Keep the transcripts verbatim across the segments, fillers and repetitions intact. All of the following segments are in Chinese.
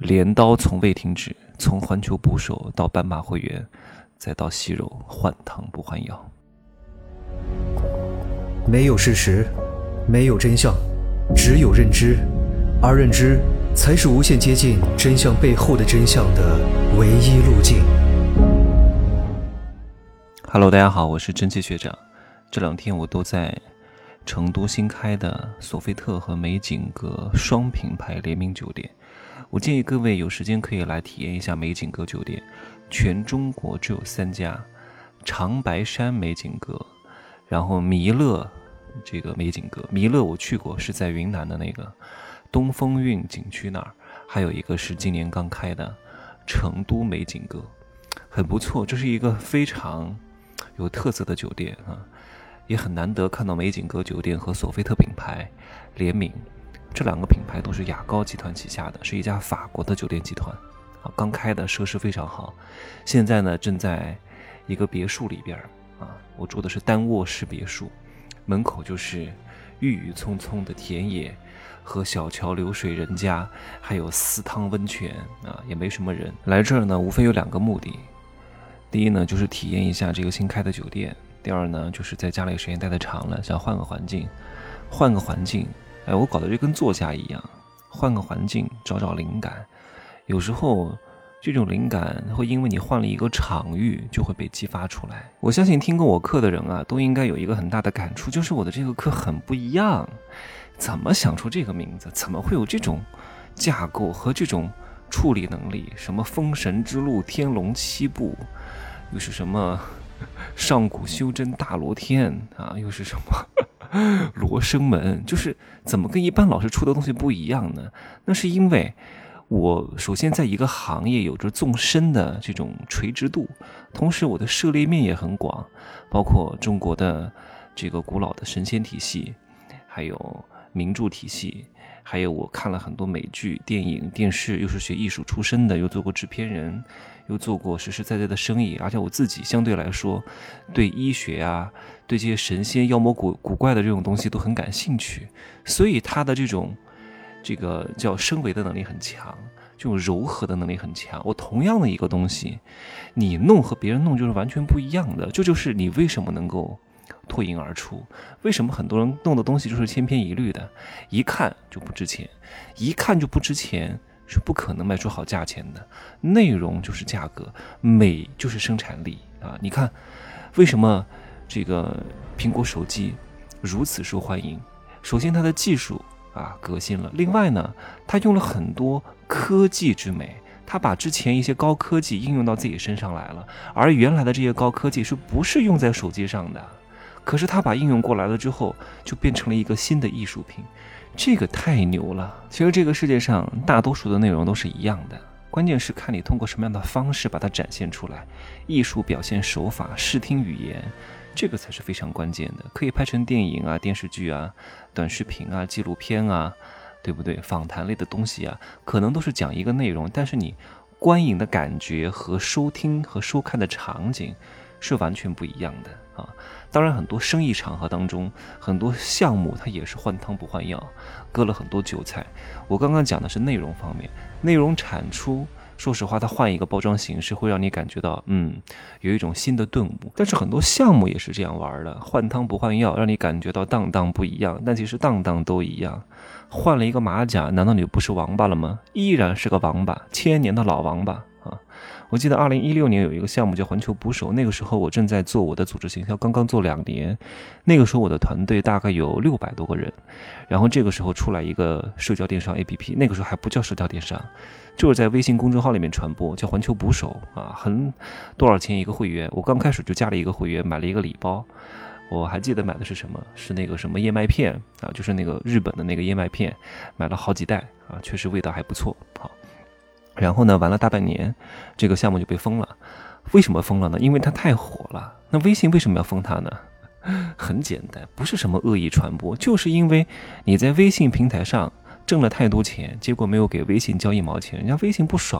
镰刀从未停止，从环球捕手到斑马会员，再到息肉，换汤不换药。 没有事实，没有真相，只有认知，而认知才是无限接近真相背后的真相的唯一路径。 Hello， 大家好，我是蒸汽学长。这两天我都在成都新开的索菲特和美景阁双品牌联名酒店，我建议各位有时间可以来体验一下美景阁酒店。全中国只有三家，长白山美景阁，然后弥勒这个美景阁，弥勒我去过，是在云南的那个东风韵景区那儿，还有一个是今年刚开的成都美景阁，很不错。这是一个非常有特色的酒店啊，也很难得看到美景阁酒店和索菲特品牌联名。这两个品牌都是雅高集团旗下的，是一家法国的酒店集团啊，刚开的，设施非常好。现在呢，正在一个别墅里边啊，我住的是单卧式别墅，门口就是郁郁葱葱的田野和小桥流水人家，还有私汤温泉啊，也没什么人。来这儿呢，无非有两个目的，第一呢，就是体验一下这个新开的酒店；第二呢，就是在家里时间待得长了，想换个环境，换个环境。哎，我搞得就跟作家一样，换个环境找找灵感。有时候这种灵感会因为你换了一个场域就会被激发出来。我相信听过我课的人啊，都应该有一个很大的感触，就是我的这个课很不一样。怎么想出这个名字？怎么会有这种架构和这种处理能力？什么封神之路、天龙七部，又是什么上古修真大罗天啊，又是什么罗生门，就是怎么跟一般老师出的东西不一样呢？那是因为我首先在一个行业有着纵深的这种垂直度，同时我的涉猎面也很广，包括中国的这个古老的神仙体系，还有名著体系，还有我看了很多美剧、电影、电视，又是学艺术出身的，又做过制片人，又做过实实在在的生意，而且我自己相对来说对医学啊，对这些神仙妖魔古古怪的这种东西都很感兴趣，所以他的这种这个叫升维的能力很强，这种柔和的能力很强。我同样的一个东西，你弄和别人弄就是完全不一样的，这就是你为什么能够脱颖而出，为什么很多人弄的东西就是千篇一律的，一看就不值钱，一看就不值钱是不可能卖出好价钱的。内容就是价格，美就是生产力啊！你看为什么这个苹果手机如此受欢迎？首先它的技术啊革新了，另外呢，它用了很多科技之美，它把之前一些高科技应用到自己身上来了，而原来的这些高科技是不是用在手机上的？可是它把应用过来了之后，就变成了一个新的艺术品，这个太牛了。其实这个世界上大多数的内容都是一样的，关键是看你通过什么样的方式把它展现出来。艺术表现手法、视听语言，这个才是非常关键的。可以拍成电影啊、电视剧啊、短视频啊、纪录片啊，对不对？访谈类的东西啊，可能都是讲一个内容，但是你观影的感觉和收听和收看的场景是完全不一样的啊！当然，很多生意场合当中，很多项目它也是换汤不换药，割了很多韭菜。我刚刚讲的是内容方面，内容产出，说实话，它换一个包装形式，会让你感觉到，嗯，有一种新的顿悟。但是很多项目也是这样玩的，换汤不换药，让你感觉到当当不一样，但其实当当都一样。换了一个马甲，难道你不是王八了吗？依然是个王八，千年的老王八啊！我记得二零一六年有一个项目叫环球捕手，那个时候我正在做我的组织行销，刚刚做两年，那个时候我的团队大概有六百多个人，然后这个时候出来一个社交电商 A P P， 那个时候还不叫社交电商，就是在微信公众号里面传播，叫环球捕手啊，很多少钱一个会员，我刚开始就加了一个会员，买了一个礼包。我还记得买的是什么，是那个什么燕麦片啊，就是那个日本的那个燕麦片，买了好几袋啊，确实味道还不错。好，然后呢，玩了大半年，这个项目就被封了。为什么封了呢？因为它太火了。那微信为什么要封它呢？很简单，不是什么恶意传播，就是因为你在微信平台上挣了太多钱，结果没有给微信交一毛钱，人家微信不爽啊。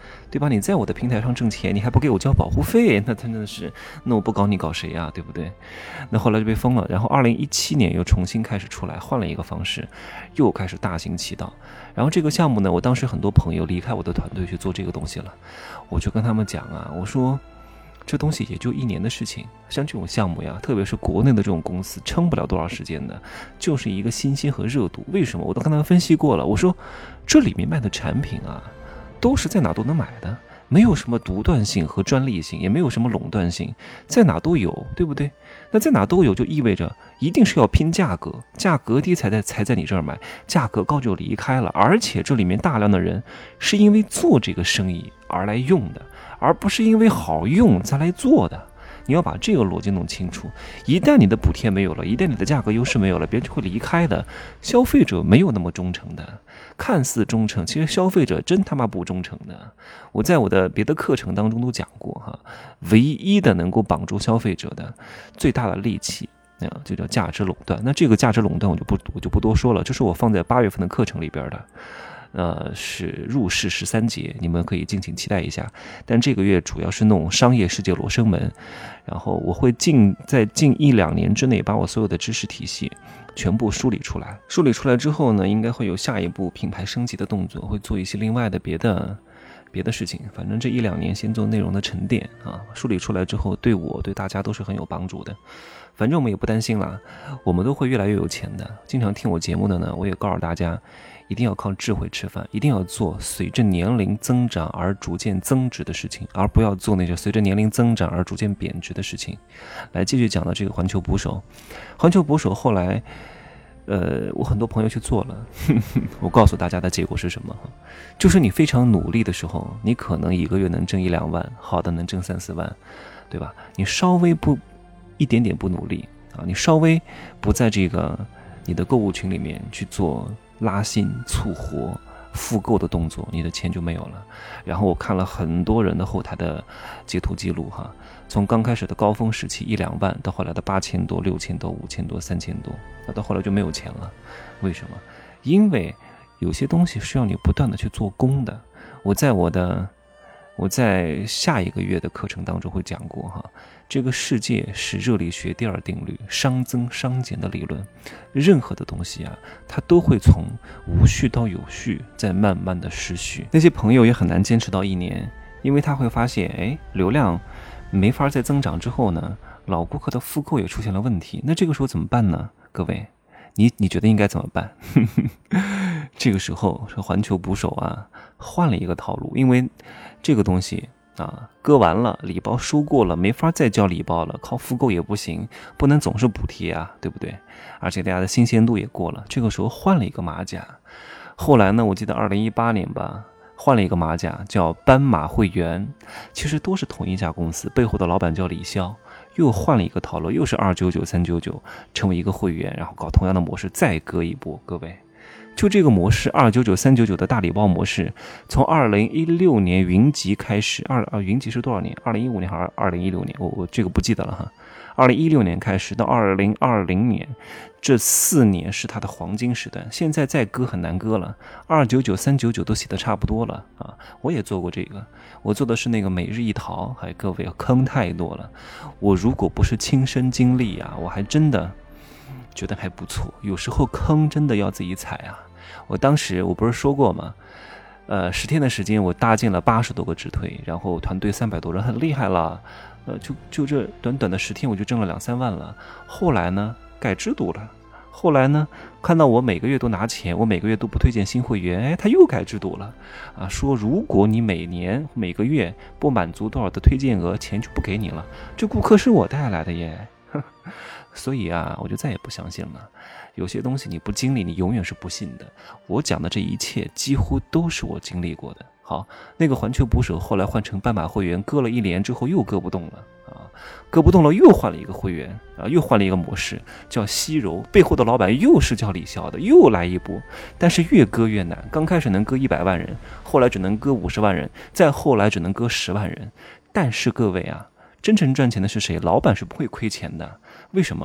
对吧？你在我的平台上挣钱，你还不给我交保护费，那真的是，那我不搞你搞谁啊，对不对？那后来就被封了，然后二零一七年又重新开始出来，换了一个方式，又开始大行其道。然后这个项目呢，我当时很多朋友离开我的团队去做这个东西了，我就跟他们讲啊，我说这东西也就一年的事情，像这种项目呀，特别是国内的这种公司，撑不了多少时间的，就是一个新鲜和热度。为什么？我都跟他们分析过了，我说这里面卖的产品啊，都是在哪都能买的，没有什么独断性和专利性，也没有什么垄断性，在哪都有，对不对？那在哪都有就意味着一定是要拼价格，价格低才在才在你这儿买，价格高就离开了。而且这里面大量的人是因为做这个生意而来用的，而不是因为好用才来做的。你要把这个逻辑弄清楚，一旦你的补贴没有了，一旦你的价格优势没有了，别人就会离开的。消费者没有那么忠诚的，看似忠诚，其实消费者真他妈不忠诚的。我在我的别的课程当中都讲过哈，唯一的能够绑住消费者的最大的利器啊，就叫价值垄断。那这个价值垄断我就不我就不多说了，这是我放在八月份的课程里边的。呃，是入世十三节，你们可以敬请期待一下。但这个月主要是弄商业世界罗生门，然后我会近在近一两年之内把我所有的知识体系全部梳理出来。梳理出来之后呢，应该会有下一步品牌升级的动作，会做一些另外的别的别的事情。反正这一两年先做内容的沉淀啊，梳理出来之后，对我对大家都是很有帮助的。反正我们也不担心啦，我们都会越来越有钱的。经常听我节目的呢，我也告诉大家，一定要靠智慧吃饭，一定要做随着年龄增长而逐渐增值的事情，而不要做那些随着年龄增长而逐渐贬值的事情。来继续讲到这个环球捕手，环球捕手后来，呃，我很多朋友去做了，呵呵，我告诉大家的结果是什么？就是你非常努力的时候，你可能一个月能挣一两万，好的能挣三四万，对吧？你稍微不一点点不努力啊，你稍微不在这个你的购物群里面去做拉新、促活、复购的动作，你的钱就没有了。然后我看了很多人的后台的截图记录哈，从刚开始的高峰时期一两万，到后来的八千多、六千多、五千多、三千多，那到后来就没有钱了。为什么？因为有些东西是要你不断的去做功的。我在我的我在下一个月的课程当中会讲过哈，这个世界是热力学第二定律，熵增熵减的理论。任何的东西啊，它都会从无序到有序，再慢慢的失序。那些朋友也很难坚持到一年，因为他会发现，哎，流量没法再增长之后呢，老顾客的复购也出现了问题。那这个时候怎么办呢？各位，你你觉得应该怎么办？这个时候是环球捕手啊，换了一个套路，因为这个东西啊，割完了，礼包收过了，没法再交礼包了，靠复购也不行，不能总是补贴啊，对不对？而且大家的新鲜度也过了，这个时候换了一个马甲。后来呢，我记得二零一八年吧，换了一个马甲，叫斑马会员，其实都是同一家公司，背后的老板叫李潇，又换了一个套路，又是二九九、三九九，成为一个会员，然后搞同样的模式，再割一波，各位。就这个模式二九九、三九九的大礼包模式，从二零一六年云集开始，二啊云集是多少年？二零一五年还是二零一六年？我我这个不记得了哈。二零一六年开始到二零二零年，这四年是它的黄金时段。现在再割很难割了，二九九、三九九都写的差不多了啊。我也做过这个，我做的是那个每日一淘，还各位坑太多了。我如果不是亲身经历啊，我还真的觉得还不错。有时候坑真的要自己踩啊。我当时我不是说过吗？呃，十天的时间我搭建了八十多个直推，然后团队三百多人，很厉害了。呃，就就这短短的十天我就挣了两三万了。后来呢，改制度了。后来呢，看到我每个月都拿钱，我每个月都不推荐新会员，哎，他又改制度了啊，说如果你每年每个月不满足多少的推荐额，钱就不给你了。这顾客是我带来的耶。所以啊，我就再也不相信了。有些东西你不经历，你永远是不信的。我讲的这一切几乎都是我经历过的。好，那个环球捕手后来换成斑马会员，割了一年之后又割不动了啊，割不动了又换了一个会员啊，又换了一个模式，叫西柔，背后的老板又是叫李潇的，又来一波。但是越割越难，刚开始能割一百万人，后来只能割五十万人，再后来只能割十万人。但是各位啊，真正赚钱的是谁？老板是不会亏钱的。为什么？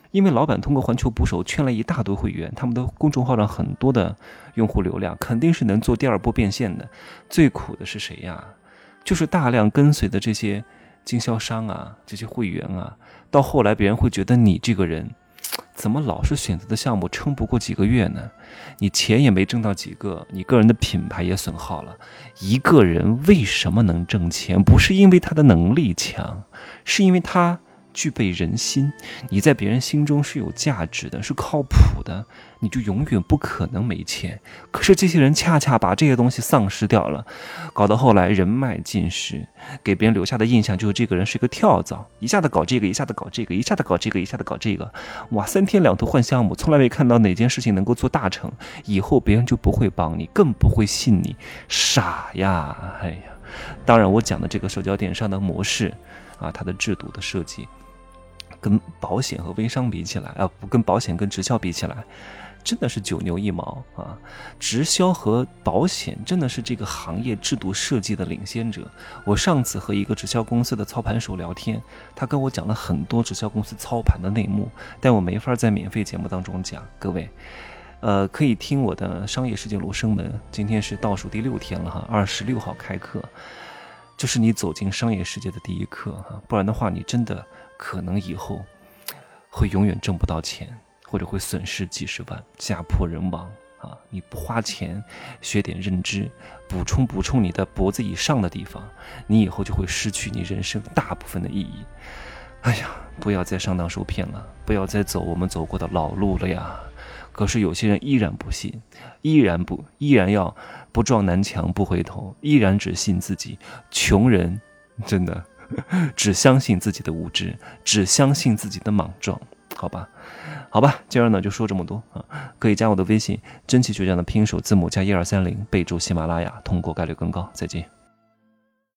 因为老板通过环球捕手圈了一大堆会员，他们的公众号上很多的用户流量，肯定是能做第二波变现的。最苦的是谁呀？就是大量跟随的这些经销商啊，这些会员啊，到后来别人会觉得你这个人怎么老是选择的项目撑不过几个月呢？你钱也没挣到几个，你个人的品牌也损耗了。一个人为什么能挣钱？不是因为他的能力强，是因为他具备人心，你在别人心中是有价值的，是靠谱的，你就永远不可能没钱。可是这些人恰恰把这些东西丧失掉了，搞到后来人脉尽失，给别人留下的印象就是这个人是个跳蚤，一下子搞这个，一下子搞这个，一下子搞这个，一下子搞这个，哇，三天两头换项目，从来没看到哪件事情能够做大成，以后别人就不会帮你，更不会信你，傻呀！哎呀，当然我讲的这个社交电商的模式啊，它的制度的设计跟保险和微商比起来啊，不跟保险跟直销比起来，真的是九牛一毛啊！直销和保险真的是这个行业制度设计的领先者。我上次和一个直销公司的操盘手聊天，他跟我讲了很多直销公司操盘的内幕，但我没法在免费节目当中讲。各位，呃，可以听我的商业世界罗生门，今天是倒数第六天了哈，二十六号开课，这是你走进商业世界的第一课哈，不然的话，你真的可能以后会永远挣不到钱，或者会损失几十万，家破人亡啊！你不花钱学点认知，补充补充你的脖子以上的地方，你以后就会失去你人生大部分的意义。哎呀，不要再上当受骗了，不要再走我们走过的老路了呀！可是有些人依然不信，依然不依然要不撞南墙不回头，依然只信自己。穷人真的只相信自己的无知，只相信自己的莽撞，好吧，好吧，今儿呢就说这么多啊！可以加我的微信，真奇学长的拼手字母加一二三零，备注喜马拉雅，通过概率更高。再见。